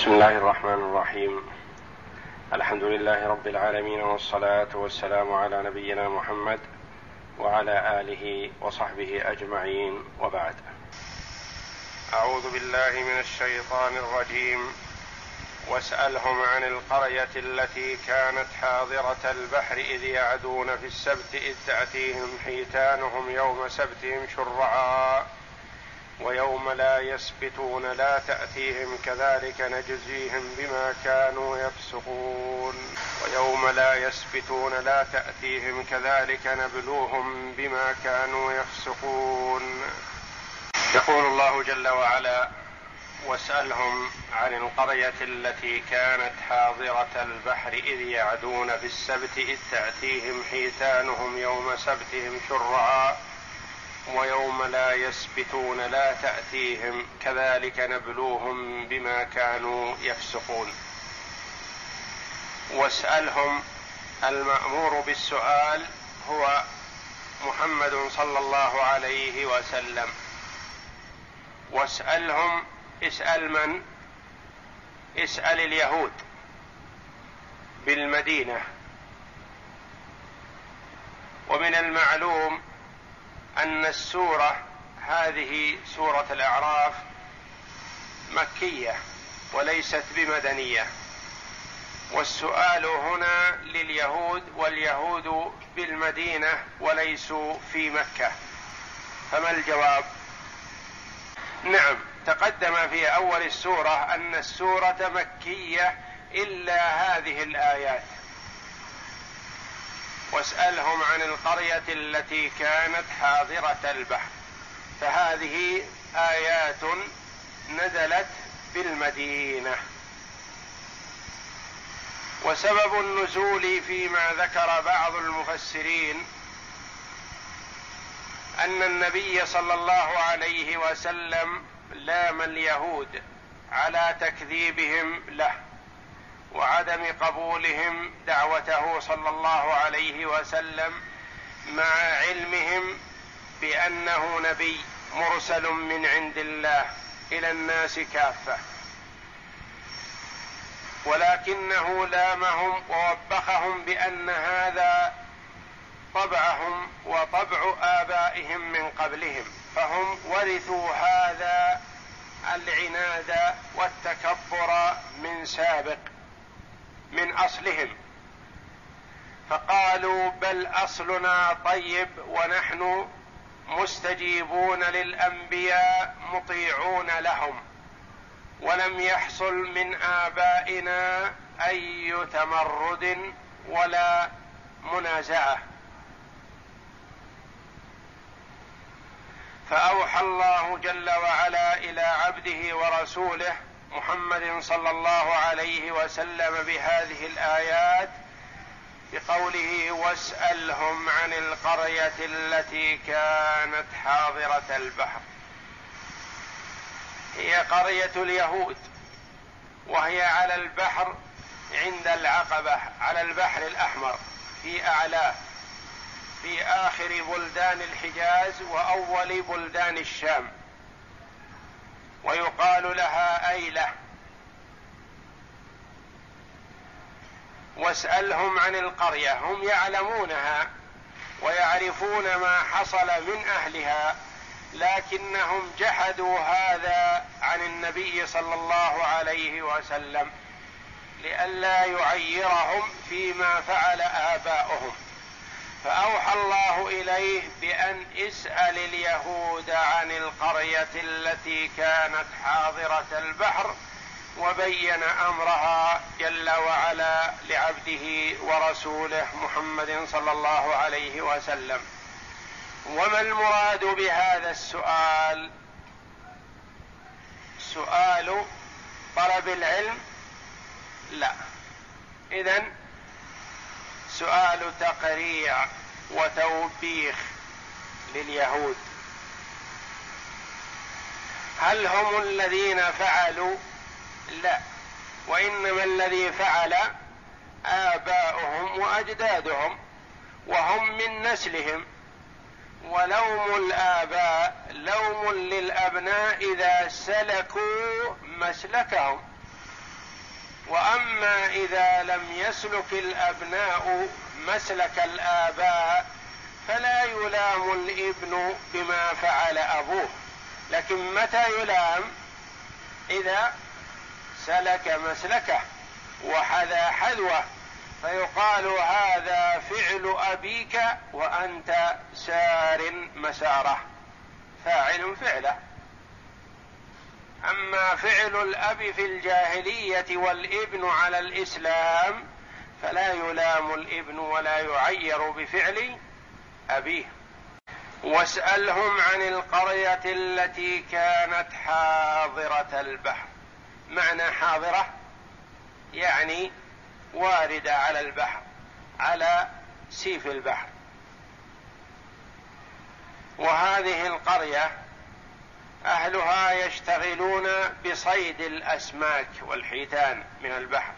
بسم الله الرحمن الرحيم. الحمد لله رب العالمين، والصلاة والسلام على نبينا محمد وعلى آله وصحبه أجمعين، وبعد. أعوذ بالله من الشيطان الرجيم. واسألهم عن القرية التي كانت حاضرة البحر إذ يعدون في السبت إذ تأتيهم حيتانهم يوم سبتهم شرعا ويوم لا يسبتون لا تأتيهم كذلك نجزيهم بما كانوا يفسقون. ويوم لا يسبتون لا تأتيهم كذلك نبلوهم بما كانوا يفسقون. يقول الله جل وعلا: واسألهم عن القرية التي كانت حاضرة البحر إذ يعدون في السبت إذ تأتيهم حيتانهم يوم سبتهم شرعا ويوم لا يسبتون لا تأتيهم كذلك نبلوهم بما كانوا يفسقون. واسألهم، المأمور بالسؤال هو محمد صلى الله عليه وسلم. واسألهم، اسأل من؟ اسأل اليهود بالمدينة. ومن المعلوم أن السورة هذه سورة الأعراف مكية وليست بمدنية، والسؤال هنا لليهود، واليهود بالمدينة وليسوا في مكة، فما الجواب؟ نعم، تقدم في أول السورة أن السورة مكية إلا هذه الآيات: واسألهم عن القرية التي كانت حاضرة البحر، فهذه آيات نزلت بالمدينة. وسبب النزول فيما ذكر بعض المفسرين أن النبي صلى الله عليه وسلم لام اليهود على تكذيبهم له وعدم قبولهم دعوته صلى الله عليه وسلم، مع علمهم بأنه نبي مرسل من عند الله إلى الناس كافة، ولكنه لامهم ووبخهم بأن هذا طبعهم وطبع آبائهم من قبلهم، فهم ورثوا هذا العناد والتكبر من سابق من أصلهم، فقالوا: بل أصلنا طيب ونحن مستجيبون للأنبياء مطيعون لهم، ولم يحصل من آبائنا أي تمرد ولا منازعة. فأوحى الله جل وعلا إلى عبده ورسوله محمد صلى الله عليه وسلم بهذه الآيات بقوله: واسألهم عن القرية التي كانت حاضرة البحر. هي قرية اليهود، وهي على البحر عند العقبة، على البحر الأحمر في أعلاه، في آخر بلدان الحجاز وأول بلدان الشام، ويقال لها أيلة. واسألهم عن القرية، هم يعلمونها ويعرفون ما حصل من أهلها، لكنهم جحدوا هذا عن النبي صلى الله عليه وسلم لئلا يعيرهم فيما فعل آباؤهم، فأوحى الله إليه بأن اسأل اليهود عن القرية التي كانت حاضرة البحر، وبين أمرها جل وعلا لعبده ورسوله محمد صلى الله عليه وسلم. وما المراد بهذا السؤال؟ سؤال طلب العلم؟ لا، إذن سؤال تقريع وتوبيخ لليهود. هل هم الذين فعلوا؟ لا، وإنما الذي فعل آباؤهم وأجدادهم، وهم من نسلهم، ولوم الآباء لوم للأبناء إذا سلكوا مسلكهم، واما اذا لم يسلك الابناء مسلك الاباء فلا يلام الابن بما فعل ابوه، لكن متى يلام؟ اذا سلك مسلكه وحذا حذوه، فيقال هذا فعل ابيك وانت سار مساره، فاعل فعله. اما فعل الاب في الجاهليه والابن على الاسلام فلا يلام الابن ولا يعير بفعل ابيه. واسالهم عن القريه التي كانت حاضره البحر. معنى حاضره يعني وارده على البحر، على سيف البحر. وهذه القريه اهلها يشتغلون بصيد الاسماك والحيتان من البحر.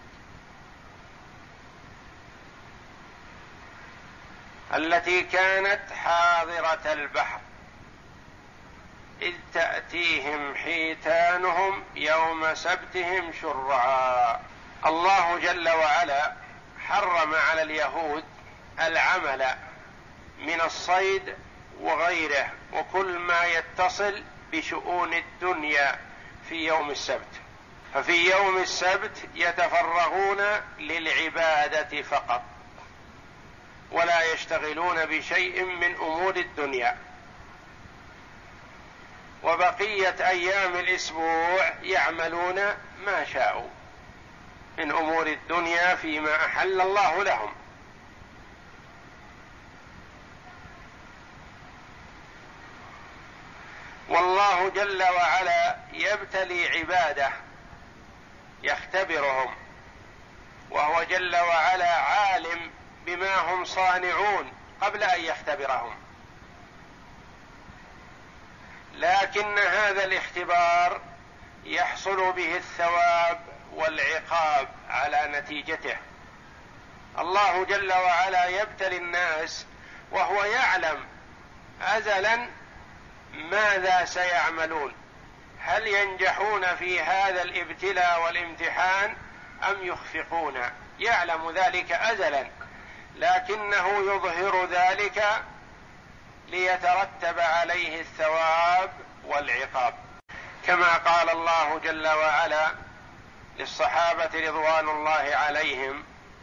التي كانت حاضرة البحر إذ تأتيهم حيتانهم يوم سبتهم شرعا. الله جل وعلا حرم على اليهود العمل من الصيد وغيره وكل ما يتصل بشؤون الدنيا في يوم السبت، ففي يوم السبت يتفرغون للعبادة فقط ولا يشتغلون بشيء من امور الدنيا، وبقية ايام الاسبوع يعملون ما شاءوا من امور الدنيا فيما احل الله لهم. والله جل وعلا يبتلي عباده يختبرهم، وهو جل وعلا عالم بما هم صانعون قبل ان يختبرهم، لكن هذا الاختبار يحصل به الثواب والعقاب على نتيجته. الله جل وعلا يبتلي الناس وهو يعلم ازلا ماذا سيعملون، هل ينجحون في هذا الابتلاء والامتحان ام يخفقون، يعلم ذلك ازلا، لكنه يظهر ذلك ليترتب عليه الثواب والعقاب. كما قال الله جل وعلا للصحابة رضوان الله عليهم: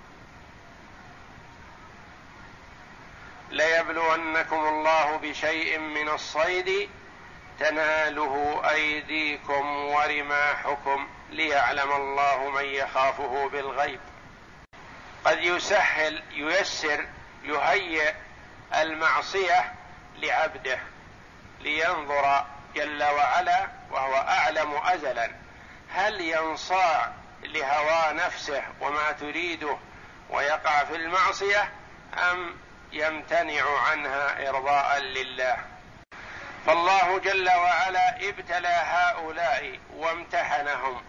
ليبلونكم الله بشيء من الصيد تناله أيديكم ورماحكم ليعلم الله من يخافه بالغيب. قد يسهل ييسر يهيئ المعصية لعبده لينظر جل وعلا، وهو أعلم أزلا هل ينصاع لهوى نفسه وما تريده ويقع في المعصية أم يمتنع عنها إرضاء لله. فالله جل وعلا ابتلى هؤلاء وامتحنهم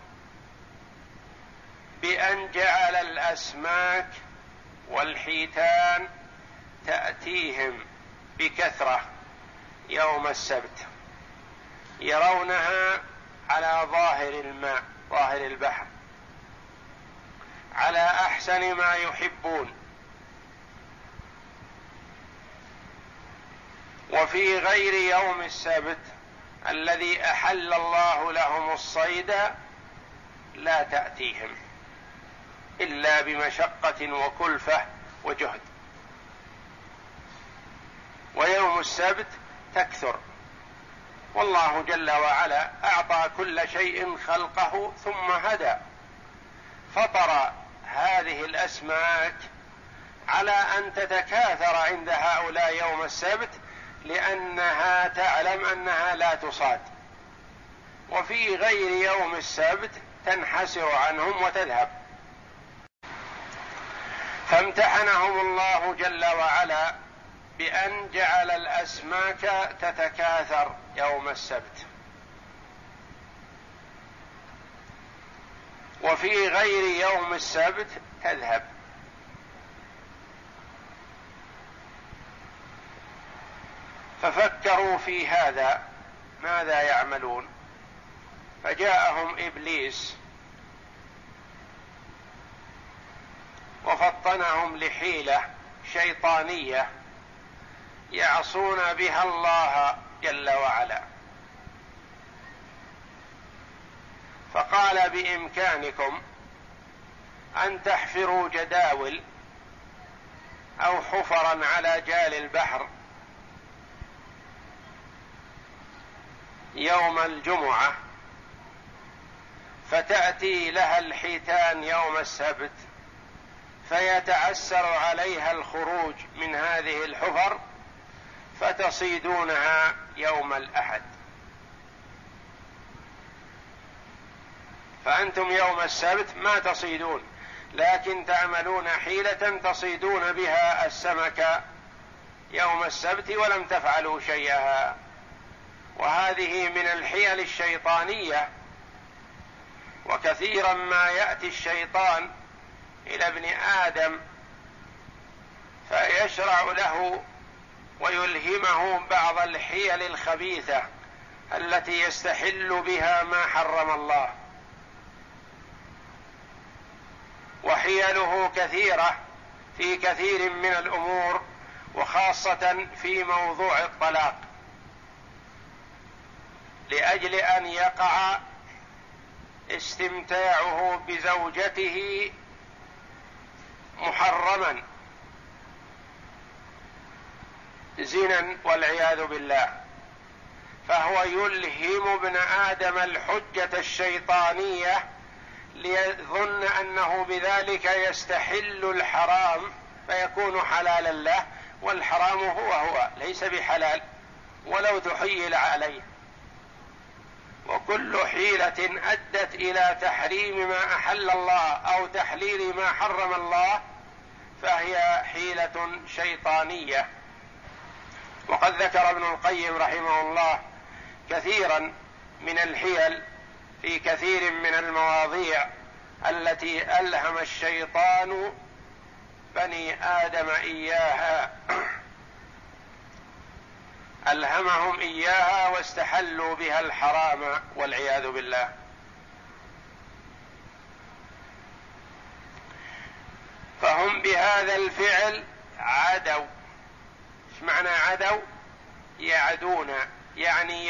بأن جعل الأسماك والحيتان تأتيهم بكثرة يوم السبت، يرونها على ظاهر الماء، ظاهر البحر، على أحسن ما يحبون. وفي غير يوم السبت الذي أحل الله لهم الصيد لا تأتيهم إلا بمشقة وكلفة وجهد، ويوم السبت تكثر. والله جل وعلا أعطى كل شيء خلقه ثم هدى، فطر هذه الأسماك على أن تتكاثر عند هؤلاء يوم السبت لأنها تعلم أنها لا تصاد، وفي غير يوم السبت تنحسر عنهم وتذهب. فامتحنهم الله جل وعلا بأن جعل الأسماك تتكاثر يوم السبت، وفي غير يوم السبت تذهب. ففكروا في هذا ماذا يعملون، فجاءهم إبليس فطنهم لحيلة شيطانية يعصون بها الله جل وعلا، فقال بإمكانكم أن تحفروا جداول أو حفرا على جال البحر يوم الجمعة، فتأتي لها الحيتان يوم السبت، فيتعسر عليها الخروج من هذه الحفر، فتصيدونها يوم الأحد. فأنتم يوم السبت ما تصيدون، لكن تعملون حيلة تصيدون بها السمك يوم السبت ولم تفعلوا شيئا. وهذه من الحيل الشيطانية، وكثيرا ما يأتي الشيطان إلى ابن آدم فيشرع له ويلهمه بعض الحيل الخبيثة التي يستحل بها ما حرم الله، وحيله كثيرة في كثير من الأمور، وخاصة في موضوع الطلاق، لأجل أن يقع استمتاعه بزوجته محرما زنا والعياذ بالله. فهو يلهم ابن آدم الحجة الشيطانية ليظن أنه بذلك يستحل الحرام فيكون حلالا له، والحرام هو ليس بحلال ولو تحيل عليه. وكل حيلة أدت إلى تحريم ما أحل الله أو تحليل ما حرم الله فهي حيلة شيطانية. وقد ذكر ابن القيم رحمه الله كثيرا من الحيل في كثير من المواضيع التي ألهم الشيطان بني آدم إياها، ألهمهم إياها واستحلوا بها الحرام والعياذ بالله. فهم بهذا الفعل عدوا. ايش معنى عدوا؟ يعدون، يعني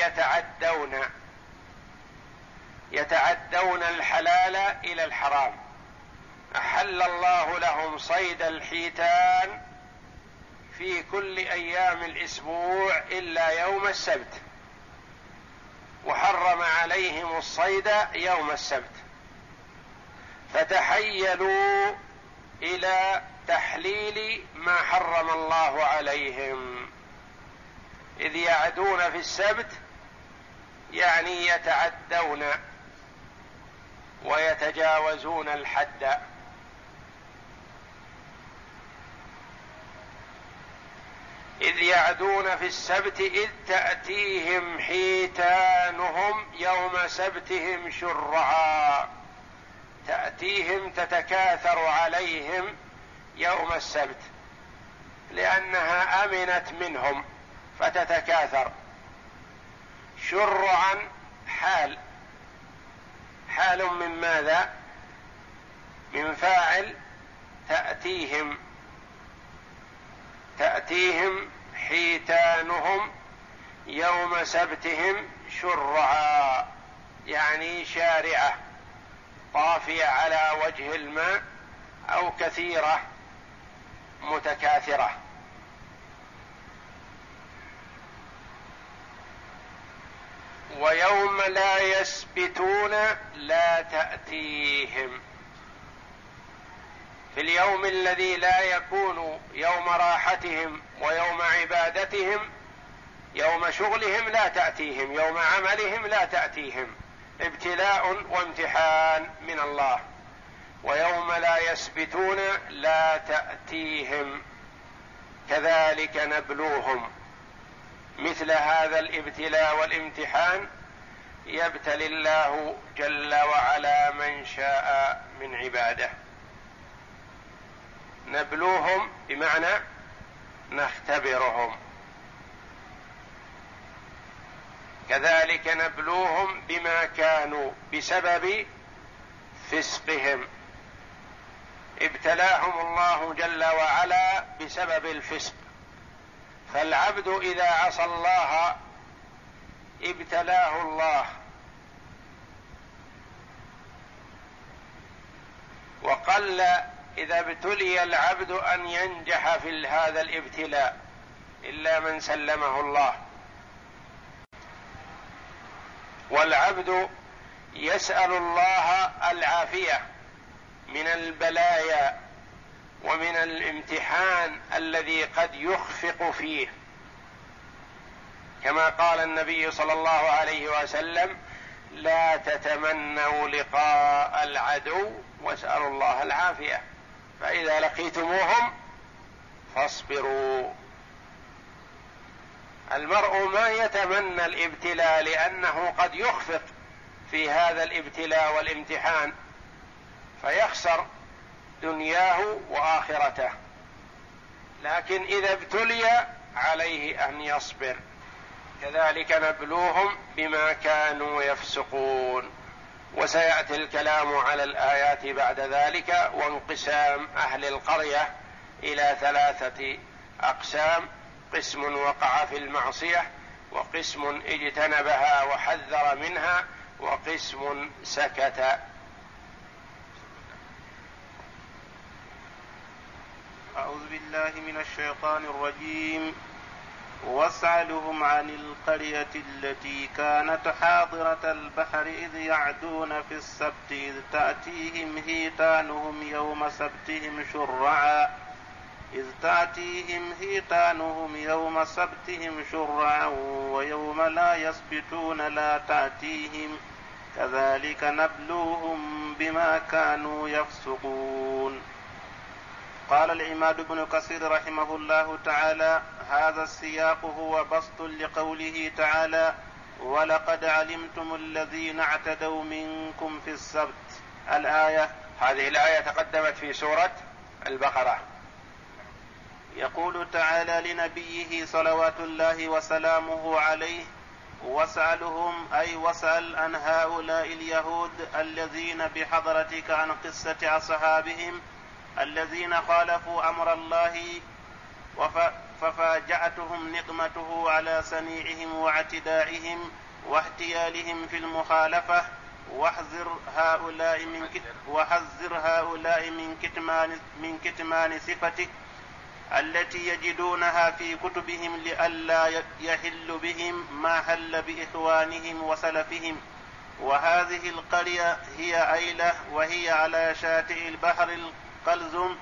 يتعدون الحلال إلى الحرام. أحل الله لهم صيد الحيتان في كل أيام الأسبوع إلا يوم السبت، وحرم عليهم الصيد يوم السبت، فتحيلوا إلى تحليل ما حرم الله عليهم، إذ يعدون في السبت يعني يتعدون ويتجاوزون الحد. إذ يعدون في السبت إذ تأتيهم حيتانهم يوم سبتهم شرعا، تأتيهم تتكاثر عليهم يوم السبت لأنها أمنت منهم فتتكاثر. شرعا حال من ماذا؟ من فاعل تأتيهم حيتانهم يوم سبتهم شرعا، يعني شارعة طافية على وجه الماء أو كثيرة متكاثرة. ويوم لا يسبتون لا تأتيهم، في اليوم الذي لا يكون يوم راحتهم ويوم عبادتهم، يوم شغلهم لا تأتيهم، يوم عملهم لا تأتيهم، ابتلاء وامتحان من الله. ويوم لا يسبتون لا تأتيهم، كذلك نبلوهم. مثل هذا الابتلاء والامتحان يبتلي الله جل وعلا من شاء من عباده. نبلوهم بمعنى نختبرهم، كذلك نبلوهم بما كانوا بسبب فسقهم. ابتلاهم الله جل وعلا بسبب الفسق، فالعبد إذا عصى الله ابتلاه الله، وقل إذا ابتلي العبد أن ينجح في هذا الابتلاء إلا من سلمه الله. والعبد يسأل الله العافية من البلايا ومن الامتحان الذي قد يخفق فيه، كما قال النبي صلى الله عليه وسلم: لا تتمنوا لقاء العدو واسألوا الله العافية، فإذا لقيتموهم فاصبروا. المرء ما يتمنى الابتلاء لأنه قد يخفق في هذا الابتلاء والامتحان فيخسر دنياه وآخرته، لكن إذا ابتلي عليه أن يصبر. كذلك نبلوهم بما كانوا يفسقون. وسيأتي الكلام على الآيات بعد ذلك، وانقسام أهل القرية إلى 3 أقسام: قسم وقع في المعصية، وقسم اجتنبها وحذر منها، وقسم سكت. أعوذ بالله من الشيطان الرجيم. واسألهم عن القرية التي كانت حاضرة البحر إذ يعدون في السبت إذ تأتيهم هيتانهم يوم سبتهم شرعا ويوم لا يسبتون لا تأتيهم كذلك نبلوهم بما كانوا يفسقون. قال العماد بن كثير رحمه الله تعالى: هذا السياق هو بسط لقوله تعالى: ولقد علمتم الذين اعتدوا منكم في السبت. الآية. هذه الآية تقدمت في سورة البقرة. يقول تعالى لنبيه صلوات الله وسلامه عليه: واسألهم، أي واسأل عن هؤلاء اليهود الذين بحضرتك عن قصة أصحابهم الذين خالفوا أمر الله ففاجأتهم نقمته على صنيعهم واعتدائهم واحتيالهم في المخالفة، وحذر هؤلاء من كتمان صفتك التي يجدونها في كتبهم لئلا يحل بهم ما حل بإخوانهم وسلفهم. وهذه القرية هي أيلة، وهي على شاطئ البحر القلزم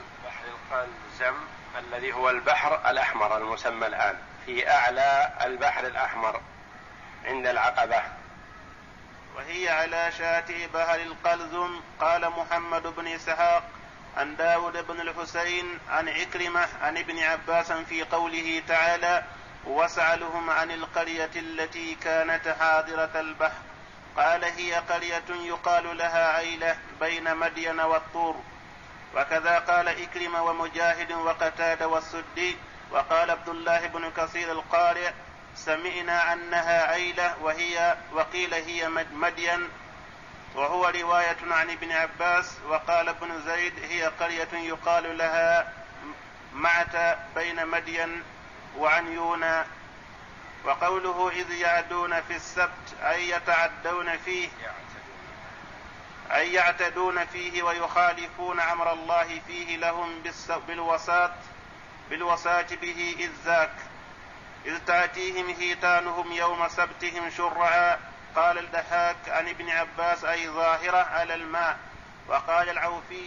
الذي هو البحر الأحمر المسمى الآن، في أعلى البحر الأحمر عند العقبة. وهي على شاطئ بحر القلزم. قال محمد بن إسحاق عن داود بن الحسين عن عكرمة عن ابن عباس في قوله تعالى: واسألهم عن القرية التي كانت حاضرة البحر، قال: هي قرية يقال لها عيلة بين مدين والطور. وكذا قال إكرمة ومجاهد وقتادة والسدي. وقال عبد الله بن كثير القارئ: سمعنا أنها عيلة وقيل هي مدين، وهو رواية عن ابن عباس. وقال ابن زيد: هي قرية يقال لها معت بين مدين وعنيونا. وقوله إذ يعدون في السبت أي يعتدون فيه ويخالفون أمر الله فيه لهم بالوساة به إذ ذاك إذ تأتيهم هيتانهم يوم سبتهم شرعا. قال الضحاك عن ابن عباس: أي ظاهرة على الماء. وقال العوفي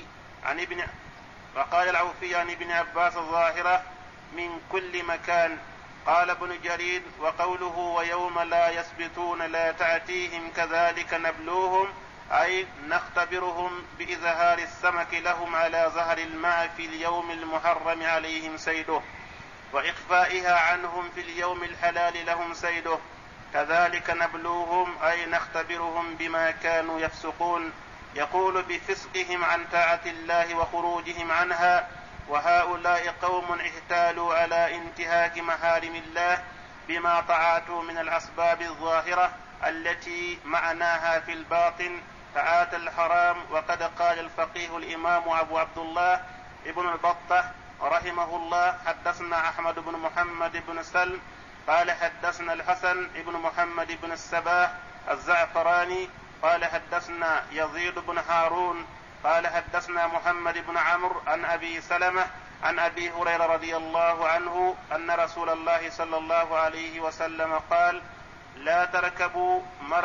عن ابن عباس: ظاهرة من كل مكان. قال ابن جرير: وقوله ويوم لا يسبتون لا تأتيهم كذلك نبلوهم، أي نختبرهم بإظهار السمك لهم على ظهر الماء في اليوم المحرم عليهم صيده، وإخفائها عنهم في اليوم الحلال لهم صيده، كذلك نبلوهم أي نختبرهم بما كانوا يفسقون. يقول بفسقهم عن طاعة الله وخروجهم عنها. وهؤلاء قوم احتالوا على انتهاك محارم الله بما طاعته من الأسباب الظاهرة التي معناها في الباطن تعاطى الحرام. وقد قال الفقيه الإمام أبو عبد الله ابن البطة رحمه الله حدثنا أحمد بن محمد بن سلم قال حدثنا الحسن بن محمد بن السباح الزعفراني قال حدثنا يزيد بن هارون قال حدثنا محمد بن عمرو عن أبي سلمة عن أبي هريرة رضي الله عنه أن رسول الله صلى الله عليه وسلم قال لا ترتكبوا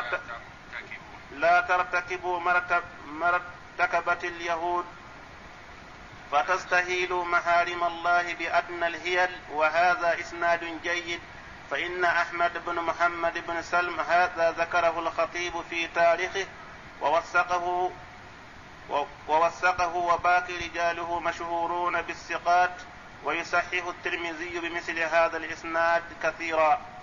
ما ارتكبت اليهود فتستهيلوا محارم الله بأدنى الهيل. وهذا إسناد جيد. فإن أحمد بن محمد بن سلم هذا ذكره الخطيب في تاريخه ووثقه وباقي رجاله مشهورون بالثقات، ويصحح الترمذي بمثل هذا الإسناد كثيرا.